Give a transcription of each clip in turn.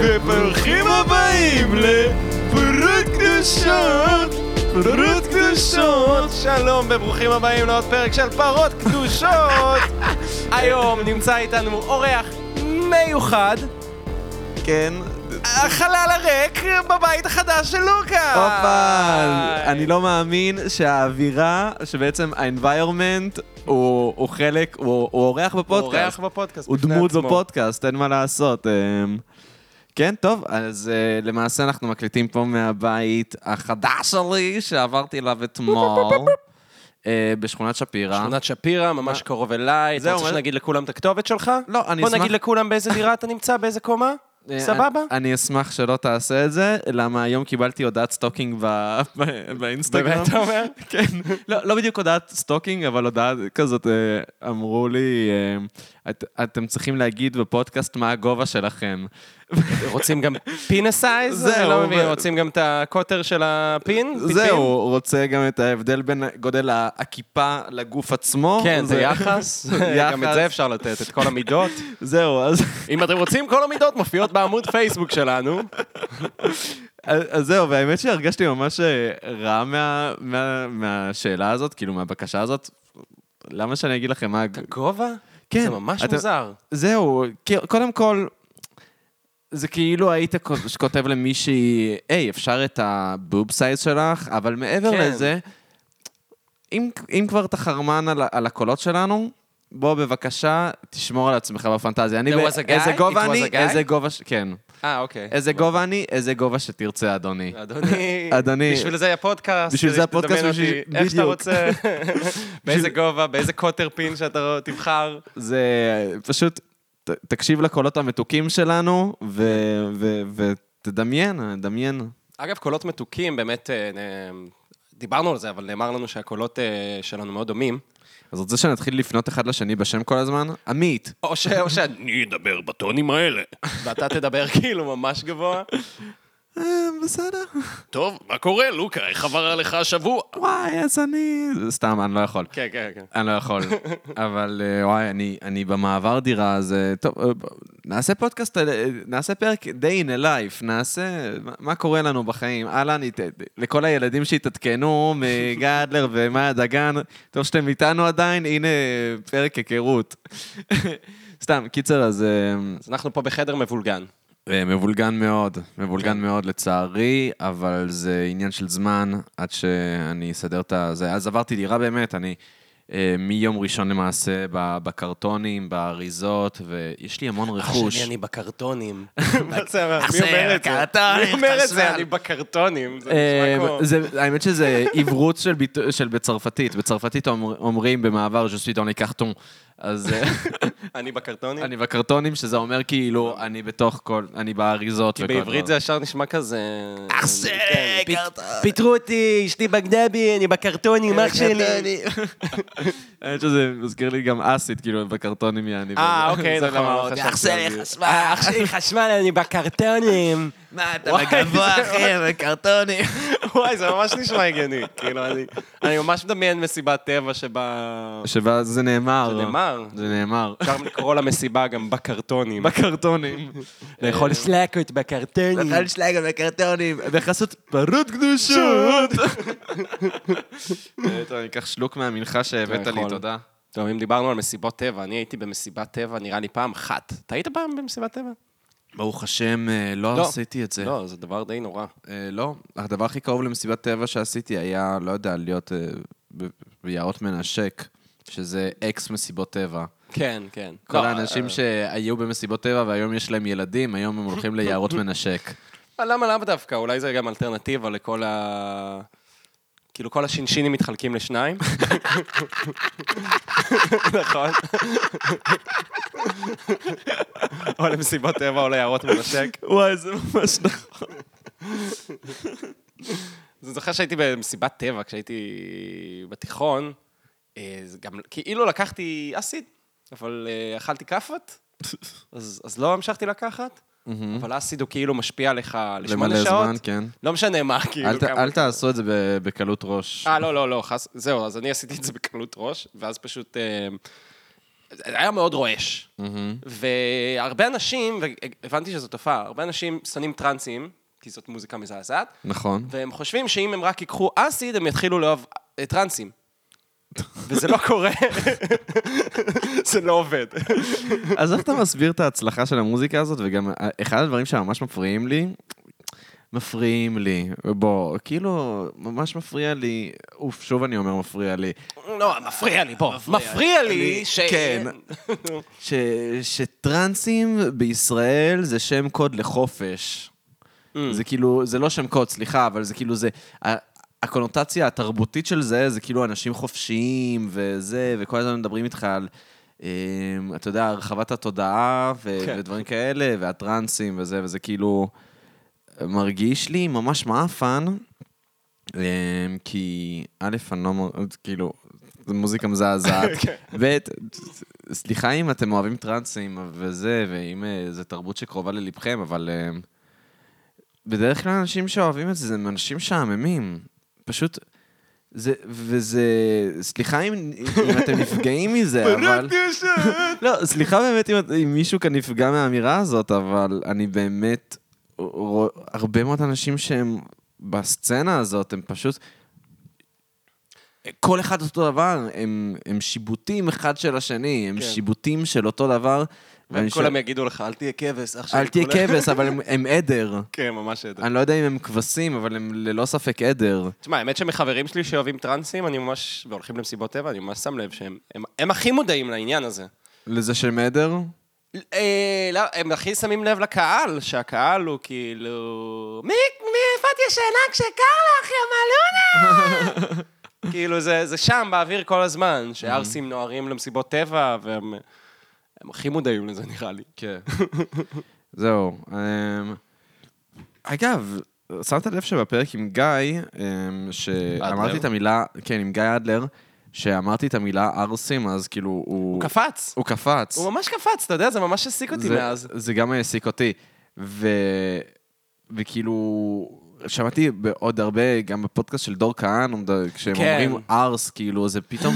וברוכים הבאים לפרות קדושות, פרות קדושות. שלום וברוכים הבאים לעוד פרק של פרות קדושות. היום נמצא איתנו אורח מיוחד. כן. החלל הריק בבית החדש של לוקה. הופה, אני לא מאמין שהאווירה, שבעצם ה-environment הוא חלק, הוא אורח בפודקאסט. הוא אורח בפודקאסט. הוא דמות בפודקאסט, אין מה לעשות. כן, טוב, אז למעשה אנחנו מקליטים פה מהבית החדש שלי, שעברתי אליו אתמול, בשכונת שפירא. שכונת שפירא, ממש קרוב אליי. אתה רוצה שנגיד לכולם את הכתובת שלך? לא, אני אשמח... בוא נגיד לכולם באיזה דירה אתה נמצא, באיזה קומה? סבבה? אני אשמח שלא תעשה את זה, למה היום קיבלתי הודעת סטוקינג באינסטגרם. באמת אתה אומר? כן, לא בדיוק הודעת סטוקינג, אבל הודעה כזאת, אמרו לי, אתם צריכים להגיד בפודקאסט מה הגובה שלכם. רוצים גם פין הסייז? זהו. רוצים גם את הקוטר של הפין? זהו, רוצה גם את ההבדל בין גודל הכיפה לגוף עצמו. כן, זה יחס. גם את זה אפשר לתת, את כל המידות. זהו, אז... אם אתם רוצים, כל המידות מופיעות בעמוד פייסבוק שלנו. אז זהו, והאמת שהרגשתי ממש רע מהשאלה הזאת, כאילו מהבקשה הזאת. למה שאני אגיד לכם מה... גובה? כן. זה ממש מוזר. זהו, קודם כל, זה כאילו היית כותב למישהי, היי, אפשר את הבוב סייז שלך, אבל מעבר לזה, אם כבר אתה חרמן על הקולות שלנו, בוא בבקשה, תשמור על עצמך בפנטזיה. איזה גובה אני, איזה גובה, כן. אוקיי. איזה גובה אני, איזה גובה שתרצה, אדוני. אדוני, בשביל זה הפודקאסט. בשביל זה הפודקאסט, איך שאתה רוצה, באיזה גובה, באיזה קוטר פין שאתה תבחר. זה פשוט, תקשיב לקולות המתוקים שלנו, ותדמיין, דמיין. אגב, קולות מתוקים, באמת, דיברנו על זה, אבל נאמר לנו שהקולות שלנו מאוד דומים. אז רוצה שנתחיל לפנות אחד לשני בשם כל הזמן? עמית. או שאני אדבר בטונים האלה. ואתה תדבר כאילו ממש גבוה. בסדר. טוב, מה קורה, לוקה? איך עבר עליך השבוע? וואי, אז סתם, אני לא יכול. כן. אני לא יכול. אבל וואי, אני במעבר דירה, אז טוב, נעשה פודקאסט, נעשה פרק day in a life, נעשה מה קורה לנו בחיים. אהלן, לכל הילדים שהתעדכנו, מגיא אדלר ומאיה דגן, טוב שאתם איתנו עדיין, הנה פרק היכרות. סתם, קיצר, אז אנחנו פה בחדר מבולגן. מבולגן מאוד לצערי, אבל זה עניין של זמן עד שאני אסדר את זה. אז עברתי דירה באמת, אני מיום ראשון למעשה בקרטונים, באריזות, ויש לי המון רכוש. אני בקרטונים. מי אומר את זה? אני בקרטונים. האמת שזה עברות של בצרפתית. בצרפתית אומרים במעבר, je suis dans les cartons. אז אני בקרטונים? אני בקרטונים, שזה אומר כאילו, אני בתוך כל, אני באריזות. כי בעברית זה ישר נשמע כזה... אח שלי, פיטרו אותי, אשתי בגדבי, אני בקרטונים, אח שלי. האמת שזה מזכיר לי גם אסית, כאילו, בקרטונים יעני. אוקיי, זה מאוד. אח שלי חשמל, אני בקרטונים. מה, אתה בגבוה, אחי, בקרטונים. וואי, זה ממש נשמע הגיוני. כאילו, אני ממש מדמיין מסיבת טבע שבה זה נאמר. זה נאמר. אפשר לקרוא למסיבה גם בקרטונים. לאכול שלקות בקרטונים. בחסות פרות קדושות. טוב, אני אקח שלוק מהמנחה שהבאת לי, תודה. טוב, אם דיברנו על מסיבות טבע, אני הייתי במסיבת טבע, נראה לי פעם אחת. אתה היית פעם במסיבת טבע? ברוך השם, לא עשיתי את זה. לא, זה דבר די נורא. לא, הדבר הכי קרוב למסיבת טבע שעשיתי היה, לא יודע, להיות ביערות מנשק, שזה אקס מסיבות טבע. כן. כל האנשים שהיו במסיבות טבע והיום יש להם ילדים, היום הם הולכים ליערות מנשק. למה דווקא? אולי זה גם אלטרנטיבה לכל כאילו כל השינשינים מתחלקים לשניים. נכון. או למסיבות טבע או ליערות מנשק. וואי, זה ממש נכון. זה זוכר שהייתי במסיבת טבע, כשהייתי בתיכון, גם כאילו לקחתי אסיד, אבל אכלתי כפת, אז לא המשכתי לקחת. אבל האסיד הוא כאילו משפיע עליך לשמונה שעות. למלא זמן, כן. לא משנה מה, כאילו. אל תעשו את זה בקלות ראש. לא, זהו, אז אני עשיתי את זה בקלות ראש, ואז פשוט זה היה מאוד רועש. והרבה אנשים, והבנתי שזו תופעה, הרבה אנשים שונאים טרנסים, כי זאת מוזיקה מזעזעת. נכון. והם חושבים שאם הם רק ייקחו אסיד, הם יתחילו לאהוב טרנסים. וזה לא קורה. זה לא עובד. אז איך אתה מסביר את ההצלחה של המוזיקה הזאת, וגם אחד הדברים שממש מפריעים לי, בוא, כאילו, ממש מפריע לי, שוב אני אומר מפריע לי. לא, מפריע לי, בוא. מפריע לי כן. שטרנסים בישראל זה שם קוד לחופש. זה כאילו, זה לא שם קוד, סליחה, אבל זה כאילו, זה, הקונוטציה התרבותית של זה, זה כאילו אנשים חופשיים וזה, וכל הזמן מדברים איתך על, אתה יודע, הרחבת התודעה ודברים כאלה, והטרנסים וזה כאילו, מרגיש לי ממש מאפן, כי א', אני לא, כאילו, זו מוזיקה מזעזעת, סליחה אם אתם אוהבים טרנסים וזה, ואם זו תרבות שקרובה ללבכם, אבל בדרך כלל אנשים שאוהבים את זה, הם אנשים שעממים. פשוט, וזה, סליחה אם אתם נפגעים מזה, אבל... לא, סליחה באמת אם מישהו כאן נפגע מהאמירה הזאת, אבל אני באמת, הרבה מאוד אנשים שהם בסצנה הזאת, הם פשוט... כל אחד אותו דבר, הם שיבוטים אחד של השני, הם שיבוטים של אותו דבר. וכולם יגידו לך, אל תהיה כבש. אל תהיה כבש, אבל הם עדר. כן, ממש עדר. אני לא יודע אם הם כבשים, אבל הם ללא ספק עדר. תשמע, האמת שמחברים שלי שאוהבים טרנסים, אני ממש, והולכים למסיבות טבע, אני ממש שם לב שהם הכי מודעים לעניין הזה. לזה שהם עדר? לא, הם הכי שמים לב לקהל, שהקהל הוא כאילו... מי איפה את ישנה כשקר לך, ימלונה? כאילו, זה שם באוויר כל הזמן, שארסים נוערים למסיבות טבע, והם הכי מודעים לזה, נראה לי. כן. זהו. אגב, שמת לב שבפרק עם גיא, שאמרתי את המילה, כן, עם גיא אדלר, שאמרתי את המילה ארסים, אז כאילו הוא... קפץ. הוא קפץ. הוא ממש קפץ, אתה יודע, זה ממש הסיק אותי מאז. זה גם הסיק אותי. וכאילו... שמעתי בעוד הרבה, גם בפודקאסט של דור כהן, כשהם אומרים ארס, כאילו, זה פתאום,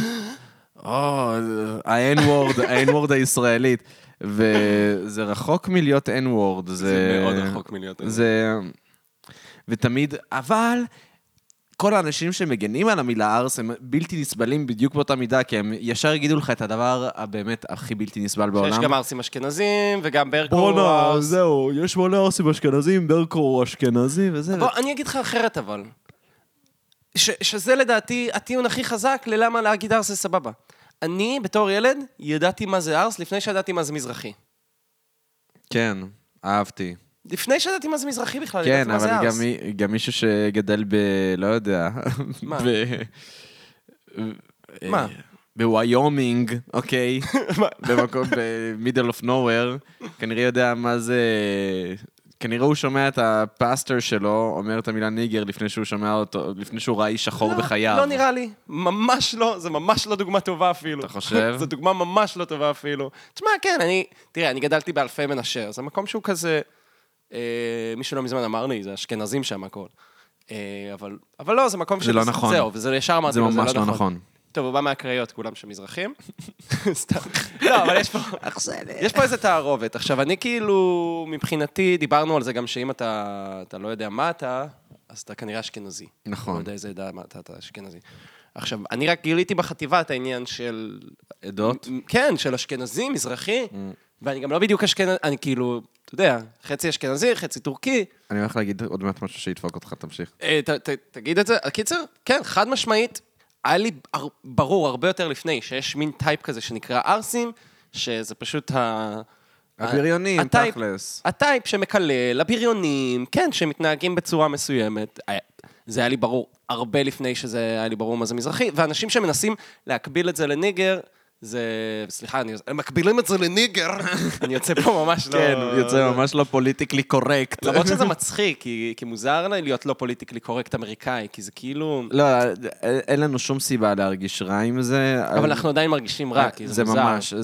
ה-N-word הישראלית, וזה רחוק מלהיות N-word. זה מאוד רחוק מלהיות N-word. ותמיד, אבל כל האנשים שמגנים על המילה ארס, הם בלתי נסבלים בדיוק באותה מידה, כי הם ישר יגידו לך את הדבר הבאמת הכי בלתי נסבל בעולם. שיש גם ארסים אשכנזים, וגם ברקו בונה, זהו, יש מלא ארסים אשכנזים, ברקו הוא אשכנזי, וזה... בוא, אני אגיד לך אחרת אבל. שזה לדעתי הטיעון הכי חזק ללמה להגיד ארס זה סבבה. אני, בתור ילד, ידעתי מה זה ארס, לפני שידעתי מה זה מזרחי. כן, אהבתי. לפני שידעתי מה זה מזרחי בכלל, כן, אבל גם מישהו שגדל לא יודע. מה? מה? בוויומינג, אוקיי? במקום, במידל אוף נוואר, כנראה יודע מה זה... כנראה הוא שומע את הפאסטר שלו, אומר את המילה ניגר לפני שהוא שומע אותו, לפני שהוא ראה איש שחור בחייו. לא נראה לי, ממש לא, זה ממש לא דוגמה טובה אפילו. אתה חושב? זו דוגמה ממש לא טובה אפילו. תשמע, כן, תראה, אני גדלתי באלפי מנשה, זה מקום שהוא כזה... מישהו לא מזמן אמר לי, זה אשכנזים שם הכל. אבל לא, זה מקום זה לא נכון. זהו, וזה ישר אמרתי, זה ממש לא נכון. טוב, הוא בא מהקריות, כולם שמזרחים. סתם. לא, אבל יש פה איזה תערובת. עכשיו, אני כאילו, מבחינתי, דיברנו על זה גם שאם אתה לא יודע מה אתה, אז אתה כנראה אשכנזי. נכון. לא יודע איזה עדה מה אתה אשכנזי. עכשיו, אני רק גיליתי בחטיבה את העניין של... עדות? כן, של אשכנזי, מזרחי, ואני גם לא בדיוק אשכנזי, אני כאילו, אתה יודע, חצי אשכנזי, חצי טורקי. אני הולך להגיד עוד מעט משהו שידפוק אותך, תמשיך. תגיד את זה. הקיצר, כן, חד משמעית, היה לי ברור הרבה יותר לפני, שיש מין טייפ כזה שנקרא ארסים, שזה פשוט הבריונים, תכלס. הטייפ שמקלל, הבריונים, כן, שמתנהגים בצורה מסוימת. זה היה לי ברור הרבה לפני שזה היה לי ברור מה זה מזרחי, ואנשים שמנסים להקביל את זה לניגר, זה, סליחה, הם מקבילים את זה לניגר, אני יוצא פה ממש לא... כן, יוצא ממש לא פוליטיקלי קורקט. למרות שזה מצחיק, כי מוזר להיות לא פוליטיקלי קורקט אמריקאי, כי זה כאילו... לא, אין לנו שום סיבה להרגיש רע עם זה. אבל אנחנו עדיין מרגישים רע, כי זה מוזר. זה ממש,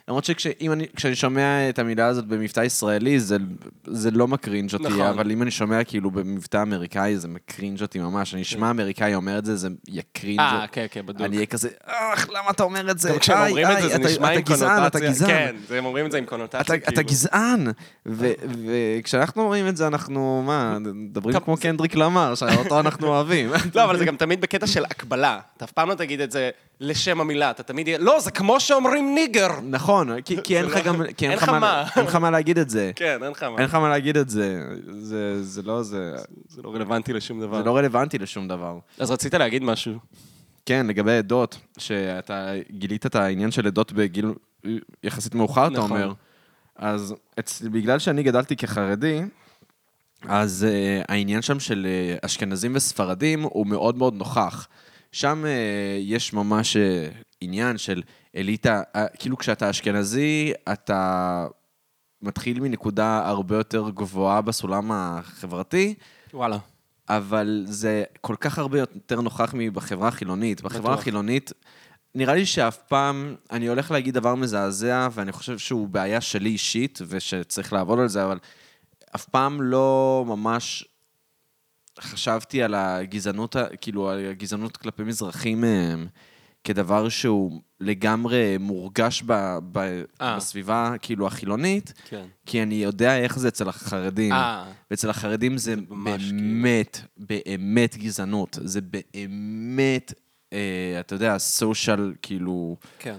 למרות שכשאני שומע את המילה הזאת במבטא ישראלי, זה לא מקרינג' אותי, נכון. אבל אם אני שומע כאילו במבטא אמריקאי, זה מקרינג' אותי ממש. אני אשמע אמריקאי אומר את זה, זה יקרינג'. כן, כן, בדיוק. אני אהיה כזה, למה אתה אומר את זה? גם כשהם אומרים את זה, זה נשמע עם קונוטציה. אתה גזען. כן, הם אומרים את זה עם קונוטציה. אתה גזען. וכשאנחנו אומרים את זה, אנחנו, מדברים כמו קנדריק למר, שאותו אנחנו אוהבים. לא, אבל זה גם תמיד בקטע של הקבלה. אתה אף פעם לא תגיד את זה לשם המילה, אתה תמיד יהיה, לא, זה כמו שאומרים ניגר. נכון, כי אין לך גם, אין לך מה להגיד את זה. כן, אין לך מה. אין לך מה להגיד את זה. זה לא רלוונטי לשום דבר. זה לא רלוונטי לשום דבר. אז רצית להגיד משהו. כן, לגבי עדות, שאתה גילית את העניין של עדות בגיל יחסית מאוחר, אתה אומר. אז בגלל שאני גדלתי כחרדי, אז העניין שם של אשכנזים וספרדים הוא מאוד מאוד נוכח. שם יש ממש עניין של אליטה, כאילו כשאתה אשכנזי, אתה מתחיל מנקודה הרבה יותר גבוהה בסולם החברתי. וואלה. אבל זה כל כך הרבה יותר נוכח מבחברה החילונית. בחברה החילונית, נראה לי שאף פעם, אני הולך להגיד דבר מזעזע, ואני חושב שהוא בעיה שלי אישית, ושצריך לעבוד על זה, אבל אף פעם לא ממש חשבתי על הגזענות, כאילו, על הגזענות כלפי מזרחים, כדבר שהוא לגמרי מורגש בסביבה, כאילו, החילונית, כן. כי אני יודע איך זה אצל החרדים. ואצל החרדים זה באמת, באמת גזענות. זה באמת, אתה יודע, סושיאל, כאילו, כן.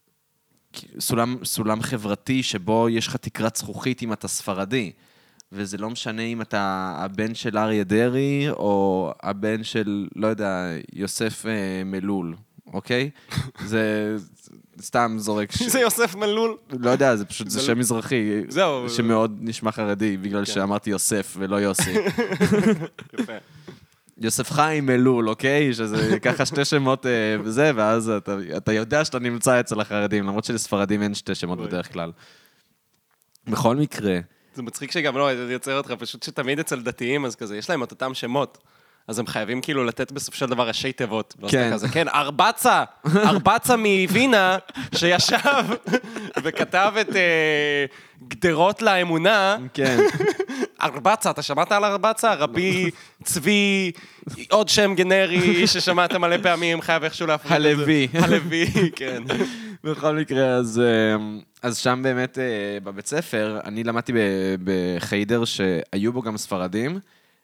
סולם חברתי שבו יש לך תקרת זכוכית אם אתה ספרדי. וזה לא משנה אם אתה הבן של אריה דרעי, או הבן של, לא יודע, יוסף מלול, אוקיי? זה סתם זורק. זה יוסף מלול? לא יודע, זה פשוט, זה שם מזרחי. זהו. שמאוד נשמע חרדי, בגלל שאמרתי יוסף ולא יוסי. יפה. יוסף חיים מלול, אוקיי? שזה ככה שתי שמות וזה, ואז אתה יודע שאתה נמצא אצל החרדים, למרות שלספרדים אין שתי שמות בדרך כלל. בכל מקרה. זה מצחיק שגם לא, זה יוצר אותך, פשוט שתמיד אצל דתיים, אז כזה, יש להם את אותם שמות. אז הם חייבים כאילו לתת בסוף של דבר ראשי תיבות. כן. כזה, כן, ארבצה מווינה, שישב וכתב את גדרות לאמונה. כן. ארבצה, אתה שמעת על ארבצה? רבי צבי, עוד שם גנרי ששמעת מלא פעמים, חייב איכשהו להפריד את זה. הלוי. הלוי, כן. בכל מקרה, אז שם באמת בבית ספר, אני למדתי בחיידר שהיו בו גם ספרדים,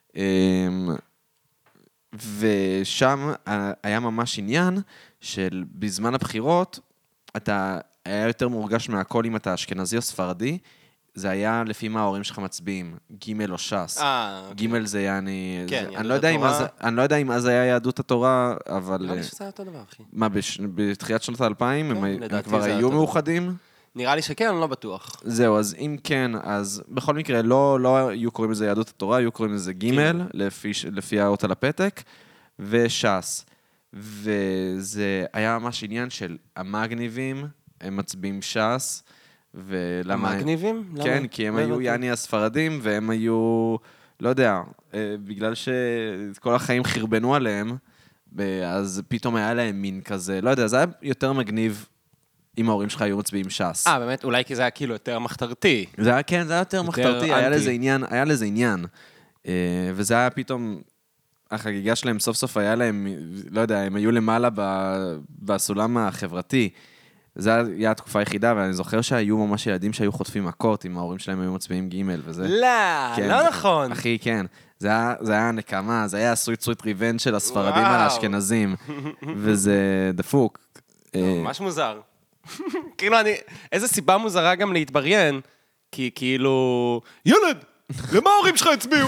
ושם היה ממש עניין של בזמן הבחירות, אתה היה יותר מורגש מהכל אם אתה אשכנזי או ספרדי, זה היה לפי מה ההורים שלך מצביעים, ג' או ש"ס. ג' זה יעני... כן, אני לא יודע אם אז היה יהדות התורה, אבל... נראה לי שזה היה אותו דבר, אחי. מה, בתחילת שנות ה-2000 הם כבר היו מאוחדים? נראה לי שכן, אני לא בטוח. זהו, אז אם כן, אז בכל מקרה לא היו קוראים לזה יהדות התורה, היו קוראים לזה ג' לפי האות על הפתק, וש"ס. וזה היה ממש עניין של המגניבים, הם מצביעים ש"ס, ולמה... המגניבים? כן, כי הם היו יעני הספרדים, והם היו, לא יודע, בגלל שכל החיים חרבנו עליהם, אז פתאום היה להם מין כזה, לא יודע, זה היה יותר מגניב אם ההורים שלך היו מצביעים ש"ס. באמת? אולי כי זה היה כאילו יותר מחתרתי. זה היה, כן, זה היה יותר מחתרתי, היה לזה עניין. וזה היה פתאום, החגיגה שלהם סוף סוף היה להם, לא יודע, הם היו למעלה בסולם החברתי. זו הייתה התקופה היחידה, ואני זוכר שהיו ממש ילדים שהיו חוטפים מכות, אם ההורים שלהם היו מצביעים ג' וזה. לא נכון. אחי, כן. זה היה נקמה, זה היה sweet revenge של הספרדים על האשכנזים. וזה דפוק. ממש מוזר. כאילו, איזה סיבה מוזרה גם להתבריין, כי כאילו, ילד, למה ההורים שלך הצביעו?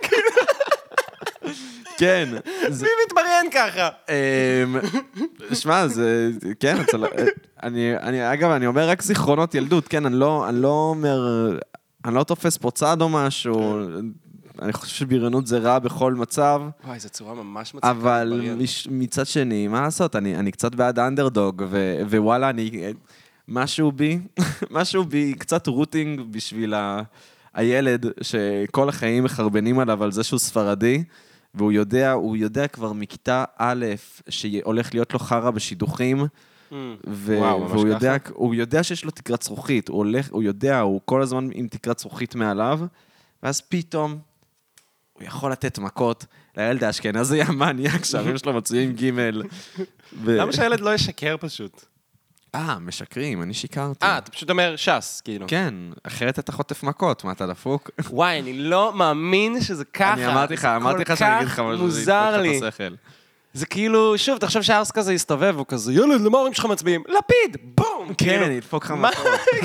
כן. מי מתבריין ככה? שמע, זה, כן, אגב, אני אומר רק זיכרונות ילדות, כן, אני לא אומר, אני לא תופס פה צד או משהו, אני חושב שבריונות זה רע בכל מצב. וואי, זו צורה ממש מצחיקה. אבל מצד שני, מה לעשות, אני קצת בעד האנדרדוג, ווואלה, משהו בי קצת רוטינג בשביל הילד, שכל החיים מחרבנים עליו על זה שהוא ספרדי, והוא יודע כבר מכיתה א' שהולך להיות לו חרה בשידוכים, וואו, ממש ככה? והוא יודע שיש לו תקרת זכוכית, הוא כל הזמן עם תקרת זכוכית מעליו, ואז פתאום הוא יכול לתת מכות לילד האשכנזי המניאק, שההורים שלו מצויים ג' למה שהילד לא ישקר פשוט? משקרים, אני שיקרתי. אתה פשוט אומר ש"ס, כאילו. כן, אחרת אתה חוטף מכות, מה אתה דפוק? וואי, אני לא מאמין שזה ככה. אני אמרתי לך שאני אגיד לך משהו, מוזר לי. זה כאילו, שוב, תחשוב שהארס כזה יסתובב, הוא כזה, ילד, למה ההורים שלך מצביעים? לפיד! בום! כן, ידפוק לך מכות.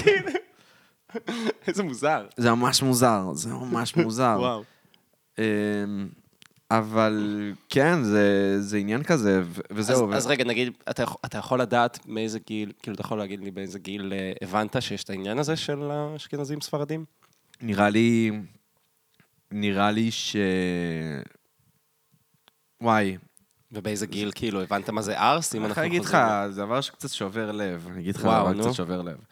איזה מוזר. זה ממש מוזר. וואו. אבל כן, זה עניין כזה, וזהו. אז רגע, נגיד, אתה יכול לדעת מאיזה גיל, כאילו, אתה יכול להגיד לי באיזה גיל הבנת שיש את העניין הזה של האשכנזים ספרדים? נראה לי וואי. ובאיזה גיל, כאילו, הבנת מה זה ארס? אני יכול להגיד לך, זה דבר שקצת שובר לב. אני אגיד לך דבר קצת שובר לב.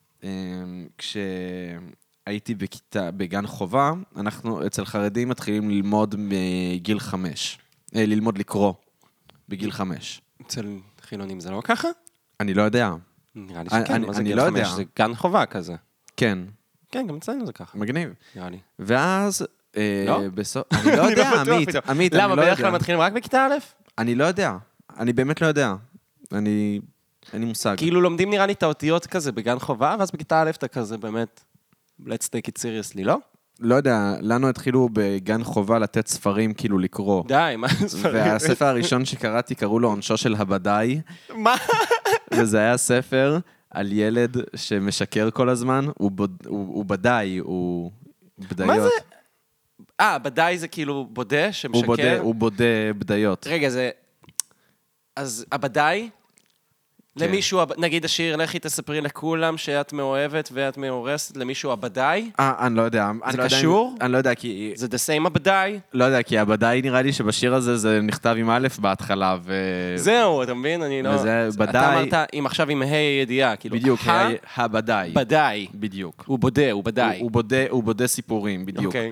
כשהייתי בגן חובה, אנחנו אצל חרדים מתחילים ללמוד מגיל 5. ללמוד לקרוא בגיל 5. אצל חילונים זה לא ככה? אני לא יודע. נראה לי שכן, מה זה גיל 5? זה גן חובה כזה. כן. כן, גם אצלנו זה ככה. מגניב. נראה לי. ואז... לא? אני לא יודע, עמית, למה, בדרך כלל מתחילים רק בכיתה א'? אני לא יודע. אני באמת לא יודע. אין לי מושג. כאילו לומדים נראה לי את האותיות כזה בגן חובה, ואז בכיתה א' אתה כזה באמת, let's take it seriously, לא? לא יודע, לנו התחילו בגן חובה לתת ספרים כאילו לקרוא. די, מה ספרים? והספר הראשון שקראתי קראו לו עונשו של הבדאי. מה? וזה היה ספר על ילד שמשקר כל הזמן, הוא בדאי, הוא בדיות. מה זה? בדאי זה כאילו בודה שמשקר? הוא בודה בדיות. רגע, זה... אז הבדאי? למישהו, נגיד השיר, לכי תספרי לכולם שאת מאוהבת ואת מאורסת, למישהו הבדאי? אני לא יודע. זה קשור? אני לא יודע, כי... זה the same הבדאי? לא יודע, כי הבדאי נראה לי שבשיר הזה זה נכתב עם א' בהתחלה, זהו, אתה מבין? אני לא... וזה בדאי... אתה אמרת, עכשיו עם ה' ידיעה, כאילו... בדיוק, הבדאי. בדאי. בדיוק. הוא בודה, הוא בדאי. הוא בודה סיפורים, בדיוק. אוקיי.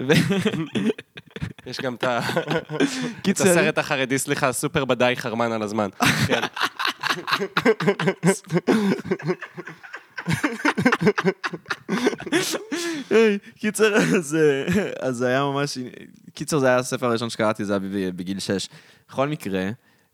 יש גם את הסרט החרדי, סליחה, סופר בדאי חרמן על הזמן. כן. קיצר, אז זה היה ממש... קיצר, זה היה הספר הראשון שקראתי, זה היה בגיל 6. בכל מקרה,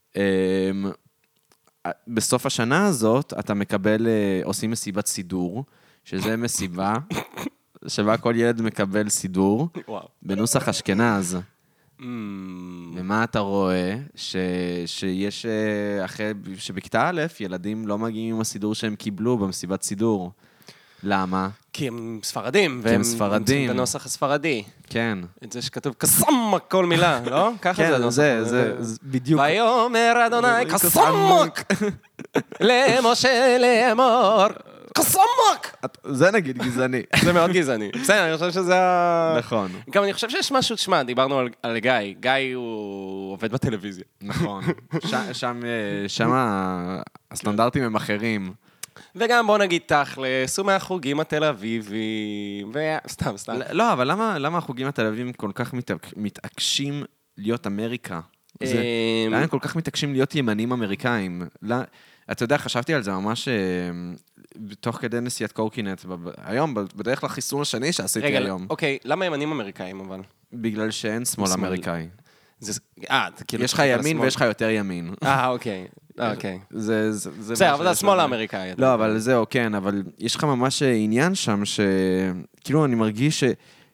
בסוף השנה הזאת, אתה מקבל, עושים מסיבת סידור, שזה מסיבה, שבה כל ילד מקבל סידור, בנוסח אשכנז. ומה אתה רואה? שיש, אחרי שבכיתה א', ילדים לא מגיעים עם הסידור שהם קיבלו במסיבת סידור. למה? כי הם ספרדים. כי הם ספרדים. בנוסח הספרדי. כן. את זה שכתוב קסמק כל מילה, לא? ככה זה הנוסח. כן, זה בדיוק. ויאמר אדוני קסמק למשה לאמור. קסמק! זה נגיד גזעני. זה מאוד גזעני. בסדר, אני חושב שזה... נכון. גם אני חושב שיש משהו, תשמע, דיברנו על גיא. גיא הוא עובד בטלוויזיה. נכון. שם הסטנדרטים הם אחרים. וגם בוא נגיד תכלס, הוא מהחוגים התל אביביים, סתם. לא, אבל למה החוגים התל אביביים כל כך מתעקשים להיות אמריקה? למה הם כל כך מתעקשים להיות ימנים אמריקאים? אתה יודע, חשבתי על זה ממש תוך כדי נסיעת קורקינט, היום, בדרך לחיסון השני שעשיתי היום. רגע, אוקיי, למה ימנים אמריקאים אבל? בגלל שאין שמאל אמריקאי. כאילו... יש לך ימין ויש לך יותר ימין. אוקיי. אוקיי. בסדר, אבל זה השמאל האמריקאי. לא, אבל זהו, כן, אבל יש לך ממש עניין שם, שכאילו אני מרגיש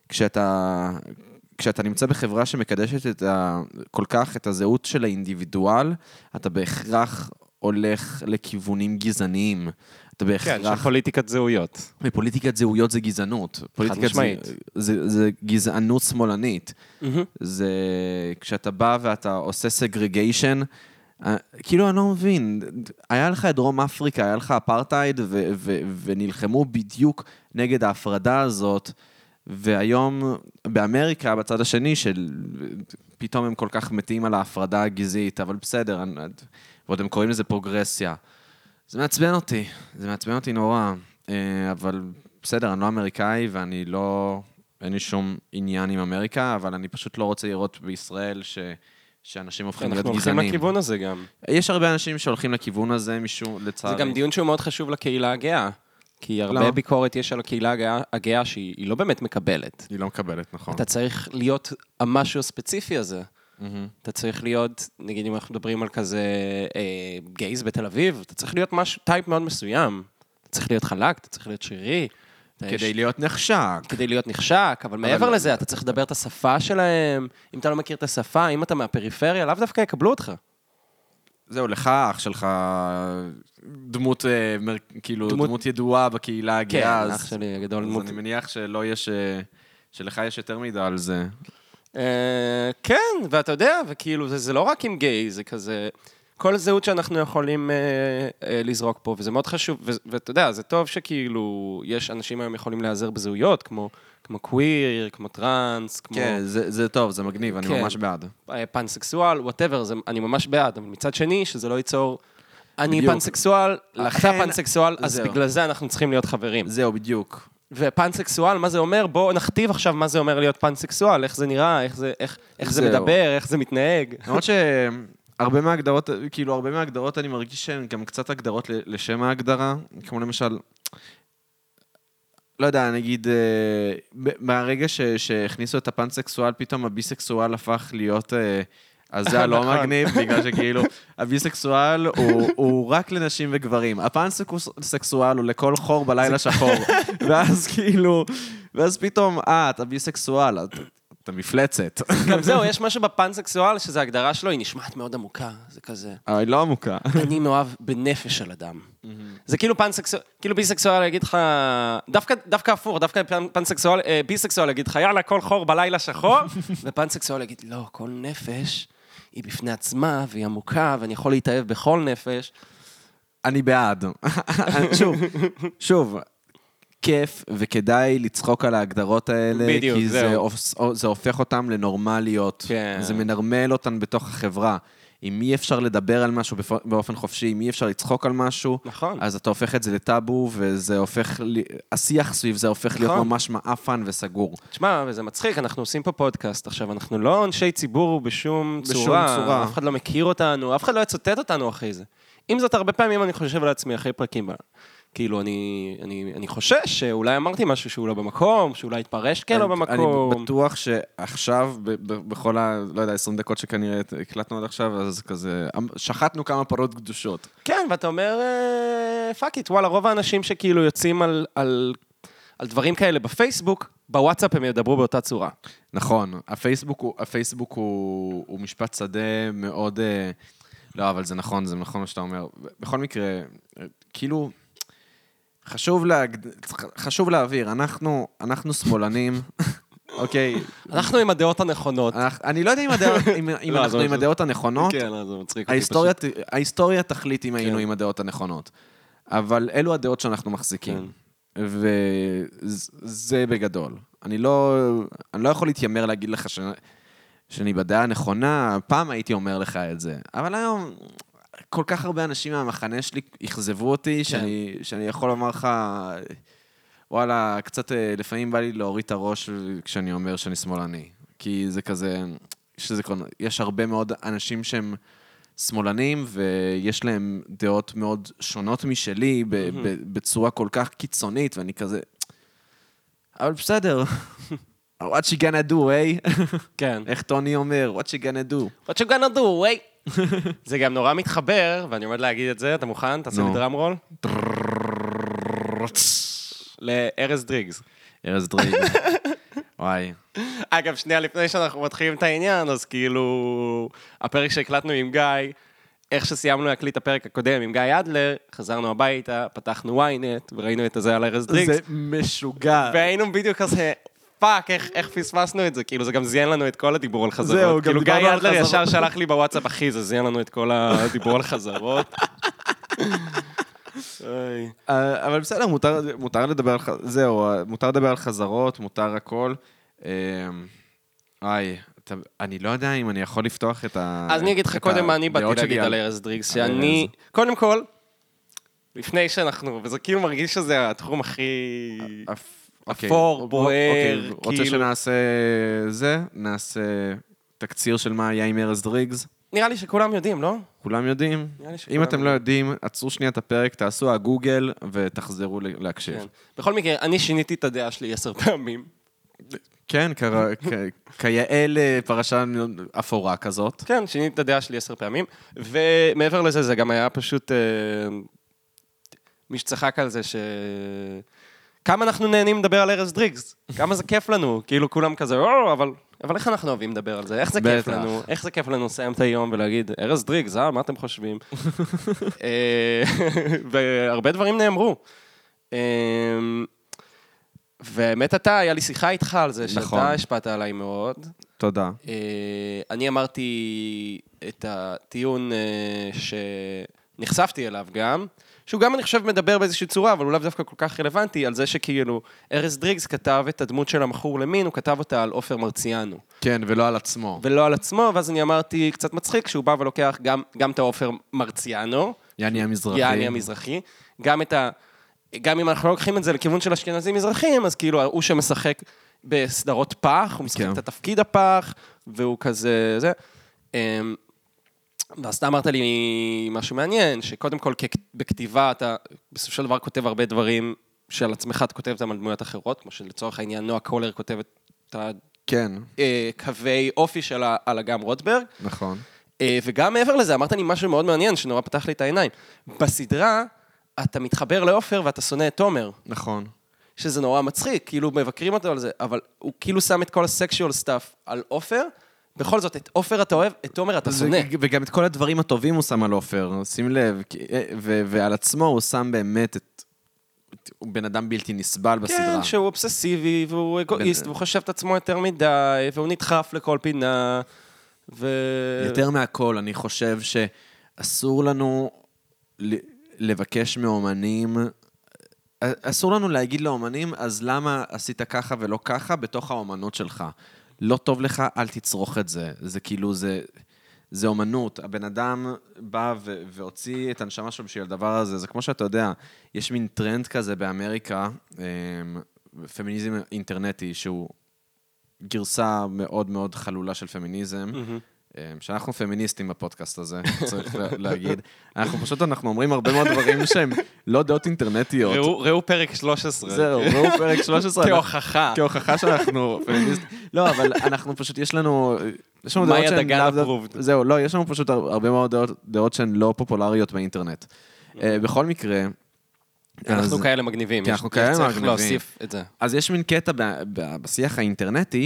כשאתה נמצא בחברה שמקדשת כל כך את הזהות של האינדיבידואל, אתה בהכרח הולך לכיוונים גזעניים. אתה בהכרח... כן, שפוליטיקת זהויות. ופוליטיקת זהויות זה גזענות. חד משמעית. זה גזענות שמאלנית. זה כשאתה בא ואתה עושה סגרגיישן, כאילו אני לא מבין, היה לך את דרום אפריקה, היה לך אפרטייד, ונלחמו בדיוק נגד ההפרדה הזאת, והיום באמריקה, בצד השני, פתאום הם כל כך מתים על ההפרדה הגזעית, אבל בסדר, ועוד הם קוראים לזה פרוגרסיה. זה מעצבן אותי נורא, אבל בסדר, אני לא אמריקאי, ואני לא, אין לי שום עניין עם אמריקה, אבל אני פשוט לא רוצה לראות בישראל שאנשים הופכים להיות אנחנו גזענים. הולכים לכיוון הזה גם. יש הרבה אנשים שהולכים לכיוון הזה, משום, לצערי. זה גם דיון שהוא מאוד חשוב לקהילה הגאה. כי הרבה לא. ביקורת יש על הקהילה הגאה שהיא לא באמת מקבלת. היא לא מקבלת, נכון. אתה צריך להיות המשהו הספציפי הזה. אתה צריך להיות, נגיד אם אנחנו מדברים על כזה גייז בתל אביב, אתה צריך להיות משהו, טייפ מאוד מסוים. אתה צריך להיות חלק, אתה צריך להיות שרירי. כדי להיות נחשק. כדי להיות נחשק, אבל מעבר לזה, אתה צריך לדבר את השפה שלהם. אם אתה לא מכיר את השפה, אם אתה מהפריפריה, לאו דווקא יקבלו אותך. זהו, לך, אח שלך, דמות, כאילו, דמות ידועה בקהילה הגאה. כן, אח שלי הגדול אז דמות. אני מניח שלא יש, שלך יש יותר מידע על זה. כן, ואתה יודע, וכאילו, זה לא רק עם גיי, זה כזה, כל זהות שאנחנו יכולים לזרוק פה, וזה מאוד חשוב, ואתה יודע, זה טוב שכאילו, יש אנשים היום יכולים להיעזר בזהויות, כמו קוויר, כמו טרנס, כמו... כן, זה טוב, זה מגניב, אני ממש בעד. פנסקסואל, whatever, אני ממש בעד, אבל מצד שני, שזה לא ייצור... אני בדיוק. פנסקסואל, אתה פנסקסואל, אז זהו. בגלל זה אנחנו צריכים להיות חברים. זהו, בדיוק. ופנסקסואל, מה זה אומר? בואו נכתיב עכשיו מה זה אומר להיות פנסקסואל, איך זה נראה, איך זה מדבר, איך זה מתנהג. למרות שהרבה מההגדרות, כאילו, הרבה מההגדרות אני מרגיש שהן גם קצת הגדרות לשם ההגדרה, כמו למשל, לא יודע, נגיד, מהרגע שהכניסו את הפנסקסואל, פתאום הביסקסואל הפך להיות... אז זה לא מגניב, בגלל שכאילו, הביסקסואל הוא רק לנשים וגברים. הפנסקסואל הוא לכל חור בלילה שחור. ואז כאילו, ואז פתאום, אתה ביסקסואל, אתה מפלצת. גם זהו, יש משהו בפנסקסואל, שזו ההגדרה שלו, היא נשמעת מאוד עמוקה, זה כזה. היא לא עמוקה. אני מאוהב בנפש של אדם. זה כאילו כאילו ביסקסואל יגיד לך, דווקא הפוך, דווקא ביסקסואל יגיד לך, יאללה, כל חור בלילה שחור, ופנסקסואל יגיד, לא, כל נפש היא בפני עצמה, והיא עמוקה, ואני יכול להתאהב בכל נפש. אני בעד. שוב, כיף וכדאי לצחוק על ההגדרות האלה, בדיוק, כי זהו. זה הופך אותם לנורמליות, כן. זה מנרמל אותן בתוך החברה. אם אי אפשר לדבר על משהו באופן חופשי, אם אי אפשר לצחוק על משהו, נכון. אז אתה הופך את זה לטאבו, וזה הופך, השיח סביב זה הופך להיות ממש מאפן וסגור. תשמע, וזה מצחיק, אנחנו עושים פה פודקאסט עכשיו, אנחנו לא אנשי ציבור בשום צורה, אף אחד לא מכיר אותנו, אף אחד לא יצוטט אותנו אחרי זה. עם זאת, הרבה פעמים אני חושב על עצמי אחרי פרקים, כאילו, אני חושש שאולי אמרתי משהו שהוא לא במקום, שאולי התפרש כן לא במקום. אני בטוח שעכשיו, בכל לא יודע, 20 דקות שכנראה הקלטנו עד עכשיו, אז כזה, שחטנו כמה פרות קדושות. כן, ואתה אומר, פאק איט, וואלה, רוב האנשים שכאילו יוצאים על דברים כאלה בפייסבוק, בוואטסאפ הם ידברו באותה צורה. נכון, הפייסבוק הוא משפט שדה מאוד, לא, אבל זה נכון מה שאתה אומר. בכל מקרה, כאילו, חשוב להעביר, אנחנו שמאלנים, אוקיי? אנחנו עם הדעות הנכונות. אני לא יודע אם אנחנו עם הדעות הנכונות. כן, זה מצחיק אותי פשוט. ההיסטוריה תחליט אם היינו עם הדעות הנכונות. אבל אלו הדעות שאנחנו מחזיקים. וזה בגדול. אני לא יכול להתיימר להגיד לך שאני בדעה הנכונה, פעם הייתי אומר לך את זה. אבל היום... כל כך הרבה אנשים מהמחנה שלי יחזבו אותי, שאני יכול לומר לך, וואלה, קצת לפעמים בא לי להוריד את הראש כשאני אומר שאני שמאלני. כי זה כזה, יש הרבה מאוד אנשים שהם שמאלנים, ויש להם דעות מאוד שונות משלי, בצורה כל כך קיצונית, ואני כזה, אבל בסדר. What you gonna do, eh? כן. איך טוני אומר? What you gonna do? What you gonna do, eh? זה גם נורא מתחבר, ואני עומד להגיד את זה, אתה מוכן? תעשה לי דראם רול? לארז דריגס. ארז דריגס. וואי. אגב, שנייה לפני שאנחנו מתחילים את העניין, אז כאילו, הפרק שהקלטנו עם גיא, איך שסיימנו להקליט הפרק הקודם עם גיא אדלר, חזרנו הביתה, פתחנו ynet, וראינו את הזה על ארז דריגס. זה משוגע. והיינו בדיוק כזה... פאק, איך פספסנו את זה? כאילו, זה גם זיין לנו את כל הדיבור על חזרות. זהו, כאילו, גיא אדלר ישר שלח לי בוואטסאפ, אחי, זה זיין לנו את כל הדיבור על חזרות. אבל בסדר, מותר לדבר על זהו, מותר לדבר על חזרות, מותר הכל. אני לא יודע אם אני יכול לפתוח את ה... אז אני אגיד לך קודם מה אני באתי להגיד על ארז דריגס, שאני, קודם כל, לפני שאנחנו, וזה כאילו מרגיש שזה התחום הכי... אפור, בוער, רוצה שנעשה זה, נעשה תקציר של מה היה עם ארז דריגס? נראה לי שכולם יודעים, לא? כולם יודעים? נראה לי שכולם אם אתם לא יודעים, עצרו שנייה את הפרק, תעשו הגוגל ותחזרו להקשיב. כן. בכל מקרה, אני שיניתי את הדעה שלי 10 פעמים. כן, כיאה לפרשה אפורה כזאת. כן, שיניתי את הדעה שלי 10 פעמים, ומעבר לזה, זה גם היה פשוט מי שצחק על זה כמה אנחנו נהנים לדבר על ארז דריגס, כמה זה כיף לנו, כאילו כולם כזה, אבל איך אנחנו אוהבים לדבר על זה, איך זה כיף לנו, איך זה כיף לנו לסיים את היום ולהגיד, ארז דריגס, מה אתם חושבים? והרבה דברים נאמרו. והאמת היה לי שיחה איתך על זה, שאתה השפעת עליי מאוד. תודה. אני אמרתי את הטיעון שנחשפתי אליו גם, שהוא גם אני חושב מדבר באיזושהי צורה, אבל הוא לאו דווקא כל כך רלוונטי, על זה שכאילו ארז דריגס כתב את הדמות של המכור למין, הוא כתב אותה על עופר מרציאנו. כן, ולא על עצמו. ולא על עצמו, ואז אני אמרתי קצת מצחיק, שהוא בא ולוקח גם את העופר מרציאנו. יעני המזרחי. גם אם אנחנו לא לוקחים את זה לכיוון של אשכנזים מזרחים, אז כאילו הוא שמשחק בסדרות פח, הוא משחק את התפקיד הפח, והוא כזה, זה. ואז אתה אמרת לי משהו מעניין, שקודם כל בכתיבה אתה בסופו של דבר כותב הרבה דברים שעל עצמך אתה כותב אותם על דמויות אחרות, כמו שלצורך העניין נועה קולר כותבת את הקווי אופי שלה על אגם רוטברג. נכון. וגם מעבר לזה, אמרת לי משהו מאוד מעניין, שנורא פתח לי את העיניים. בסדרה, אתה מתחבר לאופר ואתה שונא את תומר. נכון. שזה נורא מצחיק, כאילו מבקרים אותו על זה, אבל הוא כאילו שם את כל הסקשואל סטאפ על אופר, בכל זאת, את אופר אתה אוהב, את תומר אתה שונא. וגם את כל הדברים הטובים הוא שם על אופר, שים לב, ועל עצמו הוא שם באמת הוא בן אדם בלתי נסבל בסדרה. כן, שהוא אובססיבי, והוא אגואיסט, והוא חושב את עצמו יותר מדי, והוא נדחף לכל פינה, יותר מהכל, אני חושב שאסור לנו לבקש מאומנים, אסור לנו להגיד לאומנים, אז למה עשית ככה ולא ככה בתוך האומנות שלך? לא טוב לך, אל תצרוך את זה. זה כאילו, זה אומנות. הבן אדם בא והוציא את הנשמה שלו בשביל הדבר הזה. זה כמו שאתה יודע, יש מין טרנד כזה באמריקה, פמיניזם אינטרנטי, שהוא גרסה מאוד מאוד חלולה של פמיניזם, שאנחנו פמיניסטים בפודקאסט הזה, צריך להגיד. אנחנו אומרים הרבה מאוד דברים שהם לא דעות אינטרנטיות. ראו פרק 13. זהו, ראו פרק 13. כהוכחה. כהוכחה שאנחנו פמיניסטים. לא, אבל אנחנו פשוט, יש לנו מאיה דגן approved. זהו, לא, יש לנו פשוט הרבה מאוד דעות שהן לא פופולריות באינטרנט. בכל מקרה, אנחנו כאלה מגניבים. כי אנחנו כאלה מגניבים. צריך להוסיף את זה. אז יש מין קטע בשיח האינטרנטי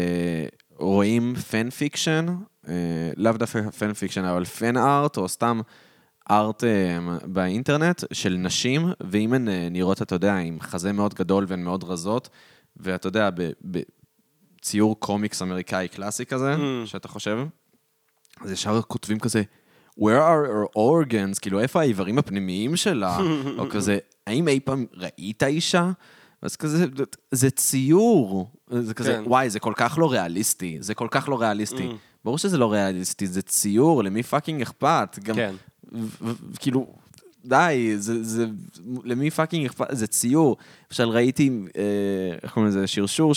שרואים פן פיקשן, לאו דווקא פן פיקשן, אבל פן ארט, או סתם ארט באינטרנט של נשים, ואם הן נראות, אתה יודע, עם חזה מאוד גדול והן מאוד רזות, ואתה יודע, בציור קומיקס אמריקאי קלאסי כזה, שאתה חושב, אז ישר כותבים כזה, where are her organs? כאילו, איפה האיברים הפנימיים שלה? או כזה, האם אי פעם ראית אישה? אז כזה, זה ציור. זה כזה, וואי, זה כל כך לא ריאליסטי. זה כל כך לא ריאליסטי. ברור שזה לא ריאליסטי, זה ציור, למי פאקינג אכפת? כן. כאילו, די, למי פאקינג אכפת? זה ציור. למשל, ראיתי, איך קוראים לזה, שרשור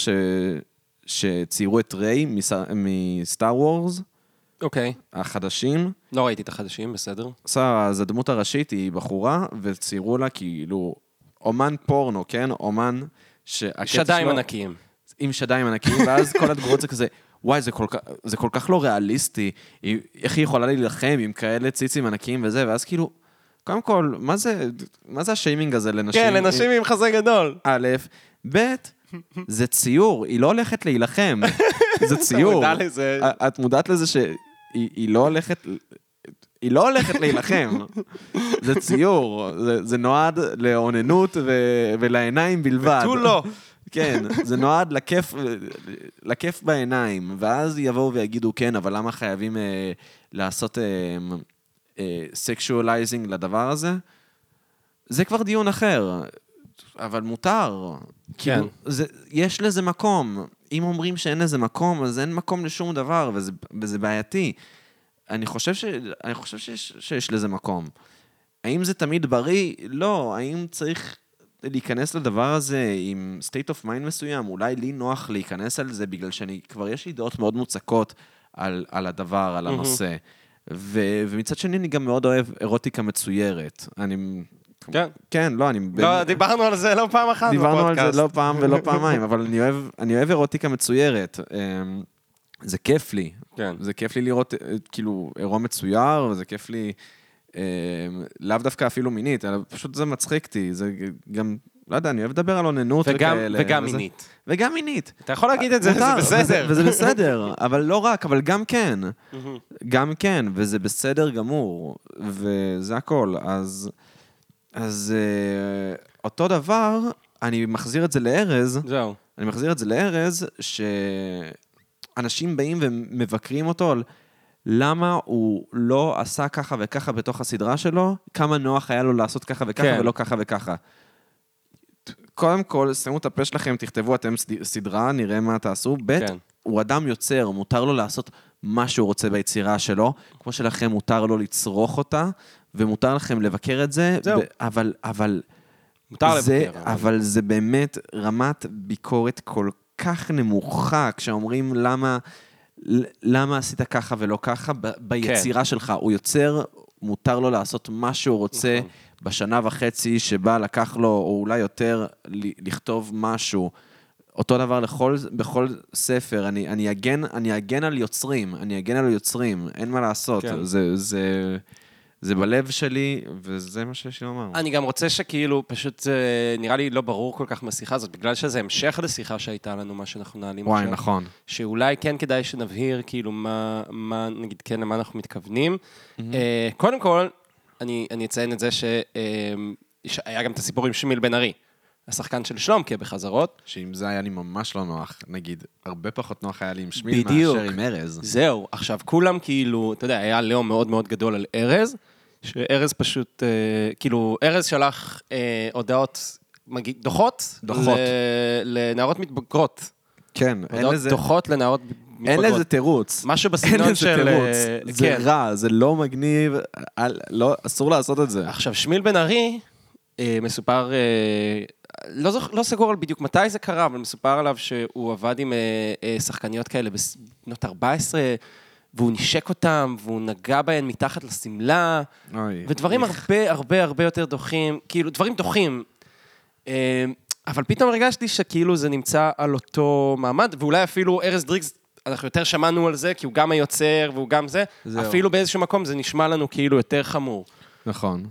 שציירו את ריי מסטאר וורס. אוקיי. החדשים. לא ראיתי את החדשים, בסדר. אז הדמות הראשית היא בחורה, וציירו לה כאילו אומן פורנו, כן? אומן שדיים ענקיים. עם שדיים ענקיים, ואז כל התגובות זה כזה, וואי, זה כל כך לא ריאליסטי, איך היא יכולה להילחם עם כאלה ציצים ענקיים וזה, ואז כאילו, קודם כל, מה זה השיימינג הזה לנשים? כן, לנשים עם חזה גדול. א', ב', זה ציור, היא לא הולכת להילחם, זה ציור. את מודעת לזה שהיא לא הולכת להילחם, זה ציור, זה נועד לעוננות ולעיניים בלבד. ותו לא. כן, זה נועד לכיף בעיניים, ואז יבואו ויגידו, כן, אבל למה חייבים לעשות סקשואלייזינג לדבר הזה? זה כבר דיון אחר, אבל מותר. כן. יש לזה מקום. אם אומרים שאין לזה מקום, אז אין מקום לשום דבר, וזה בעייתי. אני חושב שיש לזה מקום. האם זה תמיד בריא? לא. האם צריך להיכנס לדבר הזה עם state of mind מסוים? אולי לי נוח להיכנס על זה, בגלל כבר יש לי דעות מאוד מוצקות על הדבר, על הנושא. ומצד שני, אני גם מאוד אוהב אירוטיקה מצוירת. כן. כן, לא, אני... לא, דיברנו על זה לא פעם אחת בפודקאסט. דיברנו על זה לא פעם ולא פעמיים, אבל אני אוהב אירוטיקה מצוירת. זה כיף לי. כן. זה כיף לי לראות, כאילו, אירוע מצויר, וזה כיף לי, לאו דווקא אפילו מינית, אלא פשוט זה מצחיק אותי. זה גם, לא יודע, אני אוהב לדבר על עוננות וכאלה. וגם מינית. וגם מינית. אתה יכול להגיד את זה, זה בסדר. וזה בסדר, אבל לא רק, אבל גם כן. גם כן, וזה בסדר גמור, וזה הכל. אז אותו דבר, אני מחזיר את זה לארז. זהו. אני מחזיר את זה לארז, שאנשים באים ומבקרים אותו על למה הוא לא עשה ככה וככה בתוך הסדרה שלו, כמה נוח היה לו לעשות ככה וככה ולא ככה וככה. קודם כל, שימו את הפה שלכם, תכתבו אתם סדרה, נראה מה תעשו. ב' הוא אדם יוצר, מותר לו לעשות מה שהוא רוצה ביצירה שלו, כמו שלכם מותר לו לצרוך אותה, ומותר לכם לבקר את זה, אבל זה באמת רמת ביקורת כל כך נמוכה, כשאומרים למה עשית ככה ולא ככה, ביצירה שלך, הוא יוצר, מותר לו לעשות מה שהוא רוצה, בשנה וחצי שבה לקח לו, או אולי יותר, לכתוב משהו, אותו דבר בכל ספר, אני אגן על יוצרים, אין מה לעשות, זה בלב שלי, וזה מה שיש לי לומר. אני גם רוצה שכאילו, פשוט נראה לי לא ברור כל כך מהשיחה הזאת, בגלל שזה המשך לשיחה שהייתה לנו, מה שאנחנו נעלים עכשיו. וואי, נכון. שאולי כן כדאי שנבהיר, כאילו, מה נגיד כן, למה אנחנו מתכוונים. קודם כל, אני אציין את זה שהיה גם את הסיפור עם שמיל בן ארי, השחקן של שלומקה בחזרות. שאם זה היה לי ממש לא נוח, נגיד, הרבה פחות נוח היה לי עם שמיל מאשר עם ארז. זהו, עכשיו כולם כאילו, אתה יודע, היה לאום מאוד מאוד גדול על ארז, שארז פשוט, כאילו, ארז שלח הודעות, דוחות לנערות מתבגרות. כן, אין לזה... דוחות לנערות מתבגרות. אין לזה תירוץ. משהו בסגנון של... זה רע, זה לא מגניב, אסור לעשות את זה. עכשיו, שמיל בן ארי, מסופר, לא סגור על בדיוק מתי זה קרה, אבל מסופר עליו שהוא עבד עם שחקניות כאלה בנות 14, והוא נשק אותם, והוא נגע בהן מתחת לסמלה, ודברים הרבה יותר דוחים, כאילו, דברים דוחים. אבל פתאום הרגשתי שכאילו זה נמצא על אותו מעמד, ואולי אפילו ארז דריגס, אנחנו יותר שמענו על זה, כי הוא גם היוצר והוא גם זה, אפילו באיזשהו מקום זה נשמע לנו כאילו יותר חמור. נכון.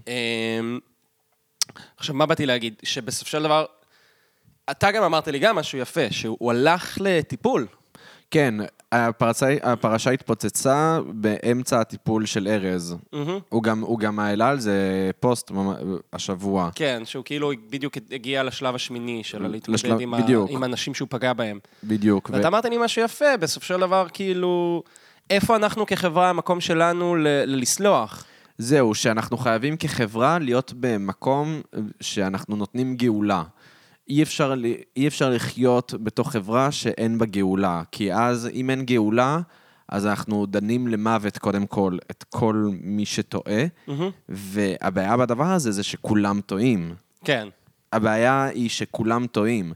עכשיו, מה באתי להגיד? שבסוף של דבר, אתה גם אמרת לי גם משהו יפה, שהוא הלך לטיפול. כן, הפרשה התפוצצה באמצע הטיפול של ארז. הוא גם העלה על זה פוסט השבוע. כן, שהוא כאילו בדיוק הגיע לשלב השמיני של להתמודד עם האנשים שהוא פגע בהם. בדיוק. ואתה אמרת לי משהו יפה, בסוף של דבר כאילו, איפה אנחנו כחברה, המקום שלנו לסלוח? זהו, שאנחנו חייבים כחברה להיות במקום שאנחנו נותנים גאולה. אי אפשר לחיות בתוך חברה שאין בה גאולה, כי אז אם אין גאולה, אז אנחנו דנים למוות קודם כל את כל מי שטועה, והבעיה בדבר הזה זה שכולם טועים. כן. הבעיה היא שכולם טועים,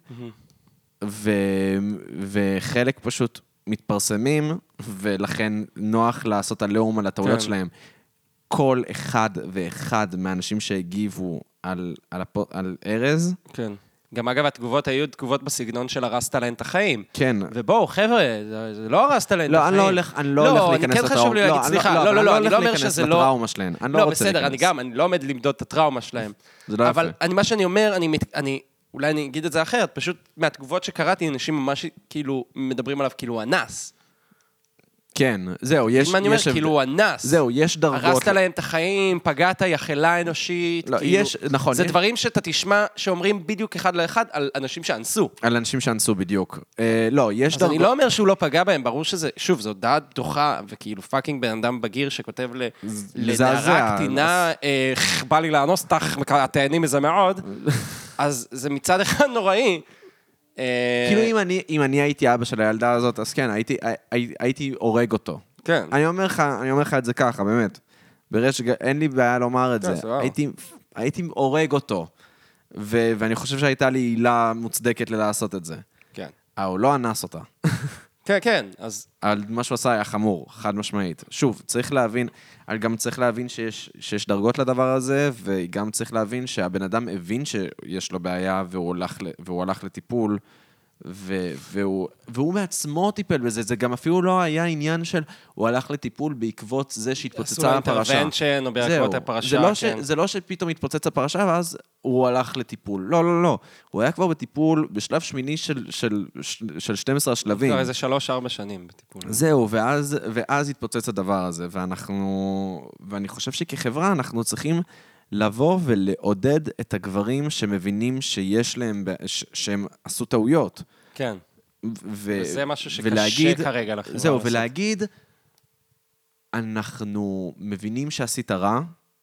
וחלק פשוט מתפרסמים, ולכן נוח לעשות עליהום על הטעויות שלהם. כל אחד ואחד מהאנשים שהגיבו על ארז, כן. גם אגב, התגובות היו תגובות בסגנון של הרסת להן את החיים. כן. ובואו, חבר'ה, זה לא הרסת להן את החיים. אני לא הולך להיכנס לטראומה. סליחה, לא, אני לא אומר שזה לא... לטראומה שלהן. לא, בסדר, אני לא עומד למדוד את הטראומה שלהם. זה לא יפה. אבל מה שאני אומר, אולי אני אגיד את זה אחרת, פשוט מהתגובות שקראתי, אנשים ממש כאילו מדברים עליו כאילו אנס. כן, זהו, יש... מה אני אומר? כאילו הוא אנס. זהו, יש דרגות... הרסת להם את החיים, פגעת יחלה אנושית. לא, יש, נכון. זה דברים שאתה תשמע שאומרים בדיוק אחד לאחד על אנשים שאנסו. על אנשים שאנסו בדיוק. לא, יש דרגות... אז אני לא אומר שהוא לא פגע בהם, ברור שזה... שוב, זו דעת דוחה, וכאילו פאקינג בן אדם בגיר שכותב לנערה קטינה, בא לי לאנוס אותך, התאנים מזה מאוד. אז זה מצד אחד נוראי. כאילו אם אני הייתי אבא של הילדה הזאת, אז כן, הייתי הורג אותו. כן. אני אומר לך את זה ככה, באמת. אין לי בעיה לומר את זה. הייתי הורג אותו. ואני חושב שהייתה לי עילה מוצדקת לעשות את זה. כן. הוא לא אנס אותה. כן, כן, אז... אבל מה שהוא עשה היה חמור, חד משמעית. שוב, צריך להבין, גם צריך להבין שיש דרגות לדבר הזה, וגם צריך להבין שהבן אדם הבין שיש לו בעיה, והוא הלך לטיפול, והוא מעצמו טיפל בזה, זה גם אפילו לא היה עניין של, הוא הלך לטיפול בעקבות זה שהתפוצצה הפרשה. עשו אינטרוונצ'ן או בעקבות הפרשה, כן. זה לא שפתאום התפוצץ הפרשה, ואז הוא הלך לטיפול. לא, לא, לא. הוא היה כבר בטיפול בשלב שמיני של 12 השלבים. כבר איזה 3-4 שנים בטיפול. זהו, ואז התפוצץ הדבר הזה, ואני חושב שכחברה אנחנו צריכים לבוא ולעודד את הגברים שמבינים שיש להם, שהם עשו טעויות. כן. וזה משהו שקשה כרגע לחברה. זהו, ולהגיד, אנחנו מבינים שעשית רע,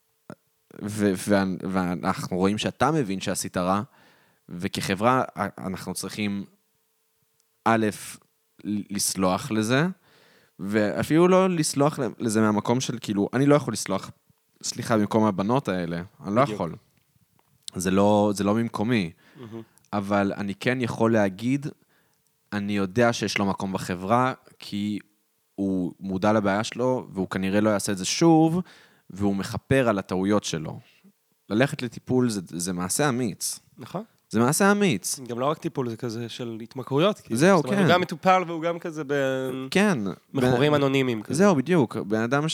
ואנחנו רואים שאתה מבין שעשית רע, וכחברה אנחנו צריכים, א', לסלוח לזה, ואפילו לא לסלוח לזה מהמקום של כאילו, אני לא יכול לסלוח, סליחה, במקום הבנות האלה, אני לא יכול. זה לא ממקומי, אבל אני כן יכול להגיד, אני יודע שיש לו מקום בחברה, כי הוא מודע לבעיה שלו, והוא כנראה לא יעשה את זה שוב, והוא מחפר על הטעויות שלו. ללכת לטיפול זה מעשה אמיץ. נכון. זה מעשה אמיץ. גם לא רק טיפול, זה כזה של התמכרויות. זהו, כן. הוא גם מטופל והוא גם כזה במכורים אנונימיים. זהו, בדיוק. בן אדם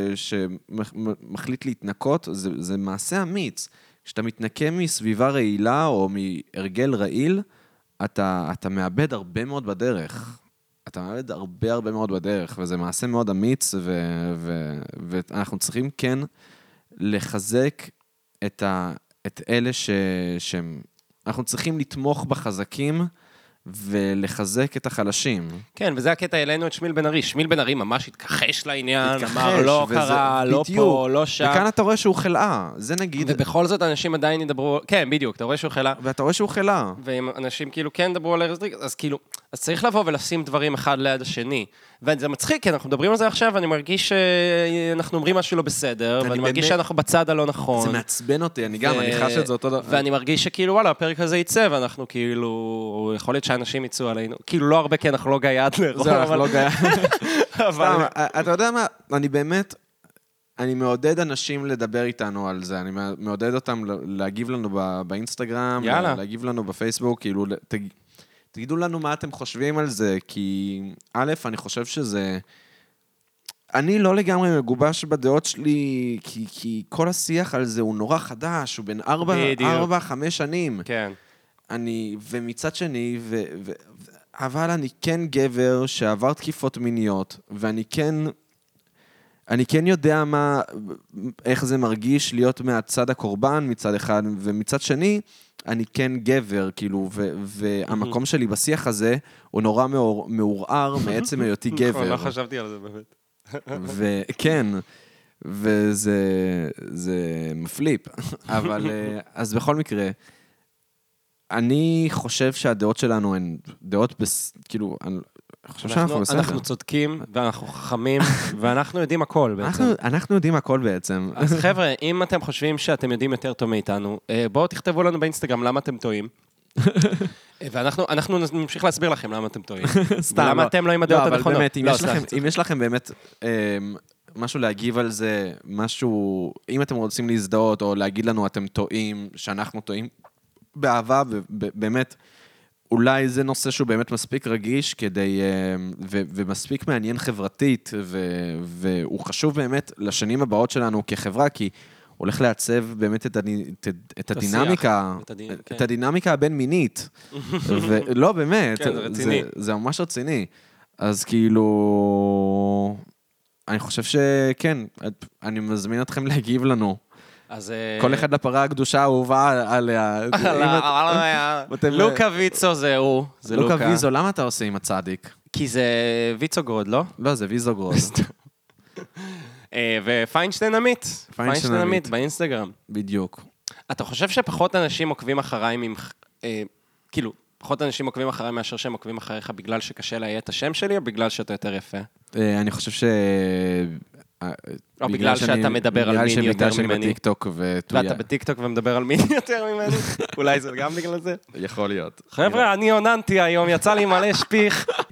שמחליט להתנקות, זה מעשה אמיץ. כשאתה מתנקה מסביבה רעילה או מהרגל רעיל, אתה מאבד הרבה מאוד בדרך. אתה מאבד הרבה מאוד בדרך, וזה מעשה מאוד אמיץ, ואנחנו צריכים כן לחזק את אלה שהם... אנחנו צריכים לתמוך בחזקים ולחזק את החלשים. כן, וזה הקטע, העלינו את שמיל בן ארי. שמיל בן ארי ממש התכחש לעניין, אמר לא קרה, לא פה, לא שם. וכאן אתה רואה שהוא חלאה, זה נגיד... ובכל זאת אנשים עדיין ידברו, כן, בדיוק, אתה רואה שהוא חלאה. ואתה רואה שהוא חלאה. ואם אנשים כאילו כן דברו על ארז דריג, אז כאילו, אז צריך לבוא ולשים דברים אחד ליד השני. וזה מצחיק, כי אנחנו מדברים על זה עכשיו, ואני מרגיש שאנחנו אומרים משהו לא בסדר, ואני מרגיש שאנחנו בצד הלא נכון. זה מעצבן אותי, אני חש את זה אותו דבר. ואני מרגיש שכאילו, וואלה, הפרק הזה יצא, ואנחנו כאילו, יכול להיות שאנשים יצאו עלינו, כאילו לא הרבה, כי אנחנו לא גיא אדלר. זהו, אנחנו לא גיא. סתם, אתה יודע מה, אני מעודד אנשים לדבר איתנו על זה, אני מעודד אותם להגיב לנו באינסטגרם, להגיב לנו בפייסבוק, כאילו, תגידו לנו מה אתם חושבים על זה, כי א', אני חושב שזה... אני לא לגמרי מגובש בדעות שלי, כי כל השיח על זה הוא נורא חדש, הוא בין 4-5 שנים. כן. ומצד שני, אבל אני כן גבר שעבר תקיפות מיניות, ואני כן יודע איך זה מרגיש להיות מהצד הקורבן מצד אחד, ומצד שני, אני כן גבר, כאילו, והמקום שלי בשיח הזה, הוא נורא מעורער מעצם היותי גבר. לא חשבתי על זה באמת. וכן, וזה מפליפ. אבל, אז בכל מקרה, אני חושב שהדעות שלנו הן דעות, כאילו, אני חושב שאנחנו בסדר. אנחנו צודקים, ואנחנו חכמים, ואנחנו יודעים הכל בעצם. אנחנו יודעים הכל בעצם. אז חבר'ה, אם אתם חושבים שאתם יודעים יותר טוב מאיתנו, בואו תכתבו לנו באינסטגרם למה אתם טועים. ואנחנו נמשיך להסביר לכם למה אתם טועים. ולמה אתם לא עם הדעות הנכונות. באמת, אם יש לכם באמת משהו להגיב על זה, משהו, אם אתם רוצים להזדהות, או להגיד לנו אתם טועים, שאנחנו טועים, באהבה, ובאמת, אולי זה נושא שהוא באמת מספיק רגיש, ומספיק מעניין חברתית, והוא חשוב באמת לשנים הבאות שלנו כחברה, כי הולך לעצב באמת את הדינמיקה, את הדינמיקה הבין-מינית. ולא, באמת, זה ממש רציני. אז כאילו, אני חושב שכן, אני מזמין אתכם להגיב לנו. כל אחד לפרה הקדושה האהובה עליה. לוקה ויצו זה הוא. לוקה ויזו, למה אתה עושה עם הצדיק? כי זה ויצוגרוד, לא? לא, זה ויזוגרוד. ופיינשטיין עמית. פיינשטיין עמית באינסטגרם. בדיוק. אתה חושב שפחות אנשים עוקבים אחריי, כאילו, פחות אנשים עוקבים אחריי מאשר שהם עוקבים אחריך בגלל שקשה לההיה את השם שלי, או בגלל שאתה יותר יפה? אני חושב ש... או בגלל שאתה מדבר על מין יותר ממני. בגלל שאני בטיקטוק ואתה בטיקטוק ומדבר על מין יותר ממני? אולי זה גם בגלל זה? יכול להיות. חבר'ה, אני עוננתי היום, יצא לי מלא שפיך.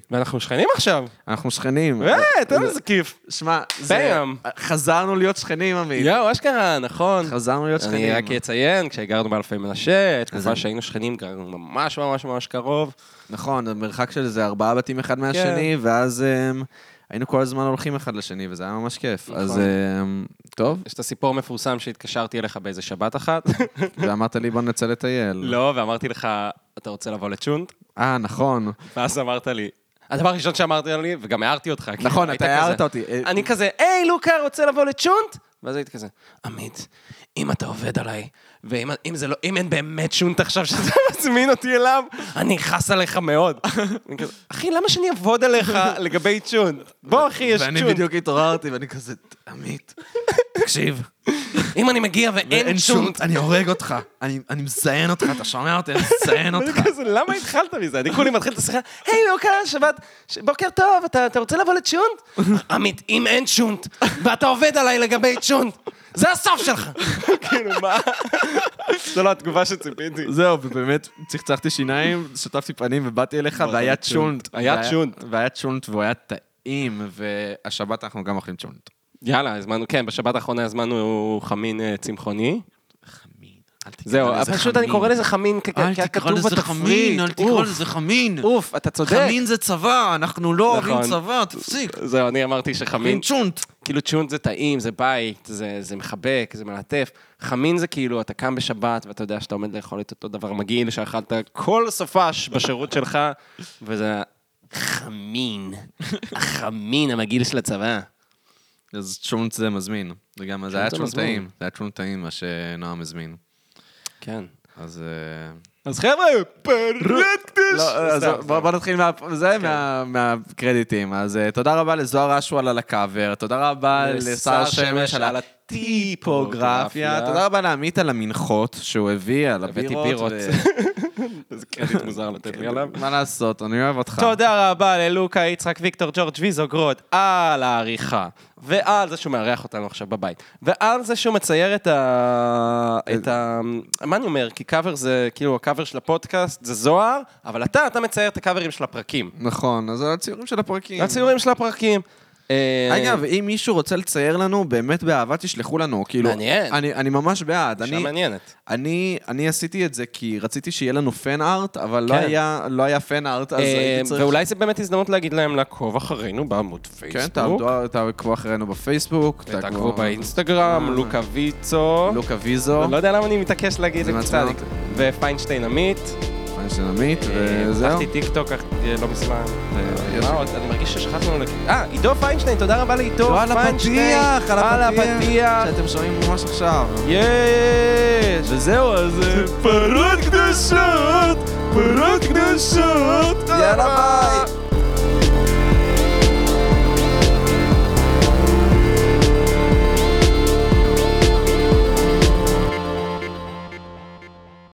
ואנחנו שכנים עכשיו. אנחנו שכנים. תראה איזה כיף. שמע, ביים. חזרנו להיות שכנים, עמית. יואו, אשכרה, נכון. חזרנו להיות שכנים. אני רק אציין, כשהגרנו באלפי מנשה, תקופה שהיינו שכנים, גרנו ממש ממש ממש קרוב. נכון, המרחק של זה 4 בתים אחד מהשני, ואז היינו כל הזמן הולכים אחד לשני, וזה היה ממש כיף. אז טוב. יש את הסיפור מפורסם שהתקשרתי אליך באיזה שבת אחת. ואמרת לי, בוא נצא לטייל. לא, ואמרתי לך, אתה רוצה לבוא לצ'ונט? נכון. ואז אמרת לי, הדבר הראשון שאמרת לי, וגם הערתי אותך. נכון, אתה הערת אותי. אני כזה, היי, לוקה, רוצה לבוא לצ'ונט? ואז הייתי כזה, עמית, אם אתה עובד עליי, ואם אין באמת שונט עכשיו שאתה מזמין אותי אליו, אני חס עליך מאוד. אחי, למה שאני אעבוד עליך לגבי צ'ונט? בוא, אחי, יש צ'ונט. ואני בדיוק התעוררתי, ואני כזה, עמית, תקשיב. אם אני מגיע ואין שונט, אני הורג אותך. אני מזיין אותך, אתה שומע אותי? אני מזיין אותך. למה התחלת מזה? אני כולי מתחיל את השיחה, היי, לוקה, שבת, בוקר טוב, אתה רוצה לבוא לצ'ונט? עמית, אם אין שונט, ואתה עובד עליי לגבי צ'ונט, זה הסוף שלך. כאילו, מה? זו לא התגובה שציפיתי. זהו, ובאמת צחצחתי שיניים, שטפתי פנים ובאתי אליך, והיה צ'ונט. היה צ'ונט. והיה צ'ונט, והוא היה טעים, והשבת אנחנו גם אוכלים צ'ונט. יאללה, הזמנו, כן, בשבת האחרונה הזמנו חמין צמחוני. חמין. זהו, פשוט אני קורא לזה חמין, כי כתוב בתפריט. אל תקרא לזה חמין. אוף, אתה צודק. חמין זה צבא, אנחנו לא אוהבים צבא, תפסיק. זהו, אני אמרתי שחמין... צ'ונט. כאילו צ'ונט זה טעים, זה בית, זה מחבק, זה מלטף. חמין זה כאילו, אתה קם בשבת, ואתה יודע שאתה עומד לאכול את אותו דבר מגעיל, שאכלת כל סופש בשירות שלך, וזה חמין. החמין המגעיל של הצבא. אז צ'ונט זה מזמין. זה היה צ'ונט טעים. זה היה צ'ונט טעים, מה שנועם הזמין. כן. אז חבר'ה, פרט קדוש. בוא נתחיל מהקרדיטים. אז תודה רבה לזוהר אשואל על הקאבר, תודה רבה לשר שמש על הטיפוגרפיה, תודה רבה לעמית על המנחות שהוא הביא, על הבירות. איזה קרדיט מוזר לתת לי עליו. מה לעשות, אני אוהב אותך. תודה רבה ללוקה, יצחק, ויקטור, ג'ורג' ויזוגרוד על העריכה, ועל זה שהוא מארח אותנו עכשיו בבית, ועל זה שהוא מצייר את מה אני אומר? כי קאבר זה, כאילו, הקאבר של הפודקאסט זה זוהר, אבל אתה מצייר את הקאברים של הפרקים. נכון, אז זה הציורים של הפרקים. הציורים של הפרקים. אגב, אם מישהו רוצה לצייר לנו, באמת באהבה תשלחו לנו. מעניין. אני ממש בעד. אישה מעניינת. אני עשיתי את זה כי רציתי שיהיה לנו פן ארט, אבל לא היה פן ארט, אז הייתי צריך... ואולי זה באמת הזדמנות להגיד להם לעקוב אחרינו בעמוד פייסבוק. כן, תעקבו אחרינו בפייסבוק. תעקבו באינסטגרם, לוקה ויצו. לוקה ויזו. אני לא יודע למה אני מתעקש להגיד את זה. ופיינשטיין עמית. וזהו. פתחתי טיקטוק לא מזמן. מה עוד? אני מרגיש ששכחנו... עידו פיינשטיין, תודה רבה לעידו פיינשטיין. על הפתיח. שאתם שומעים ממש עכשיו. יש. וזהו, אז פרות קדושות. יאללה ביי.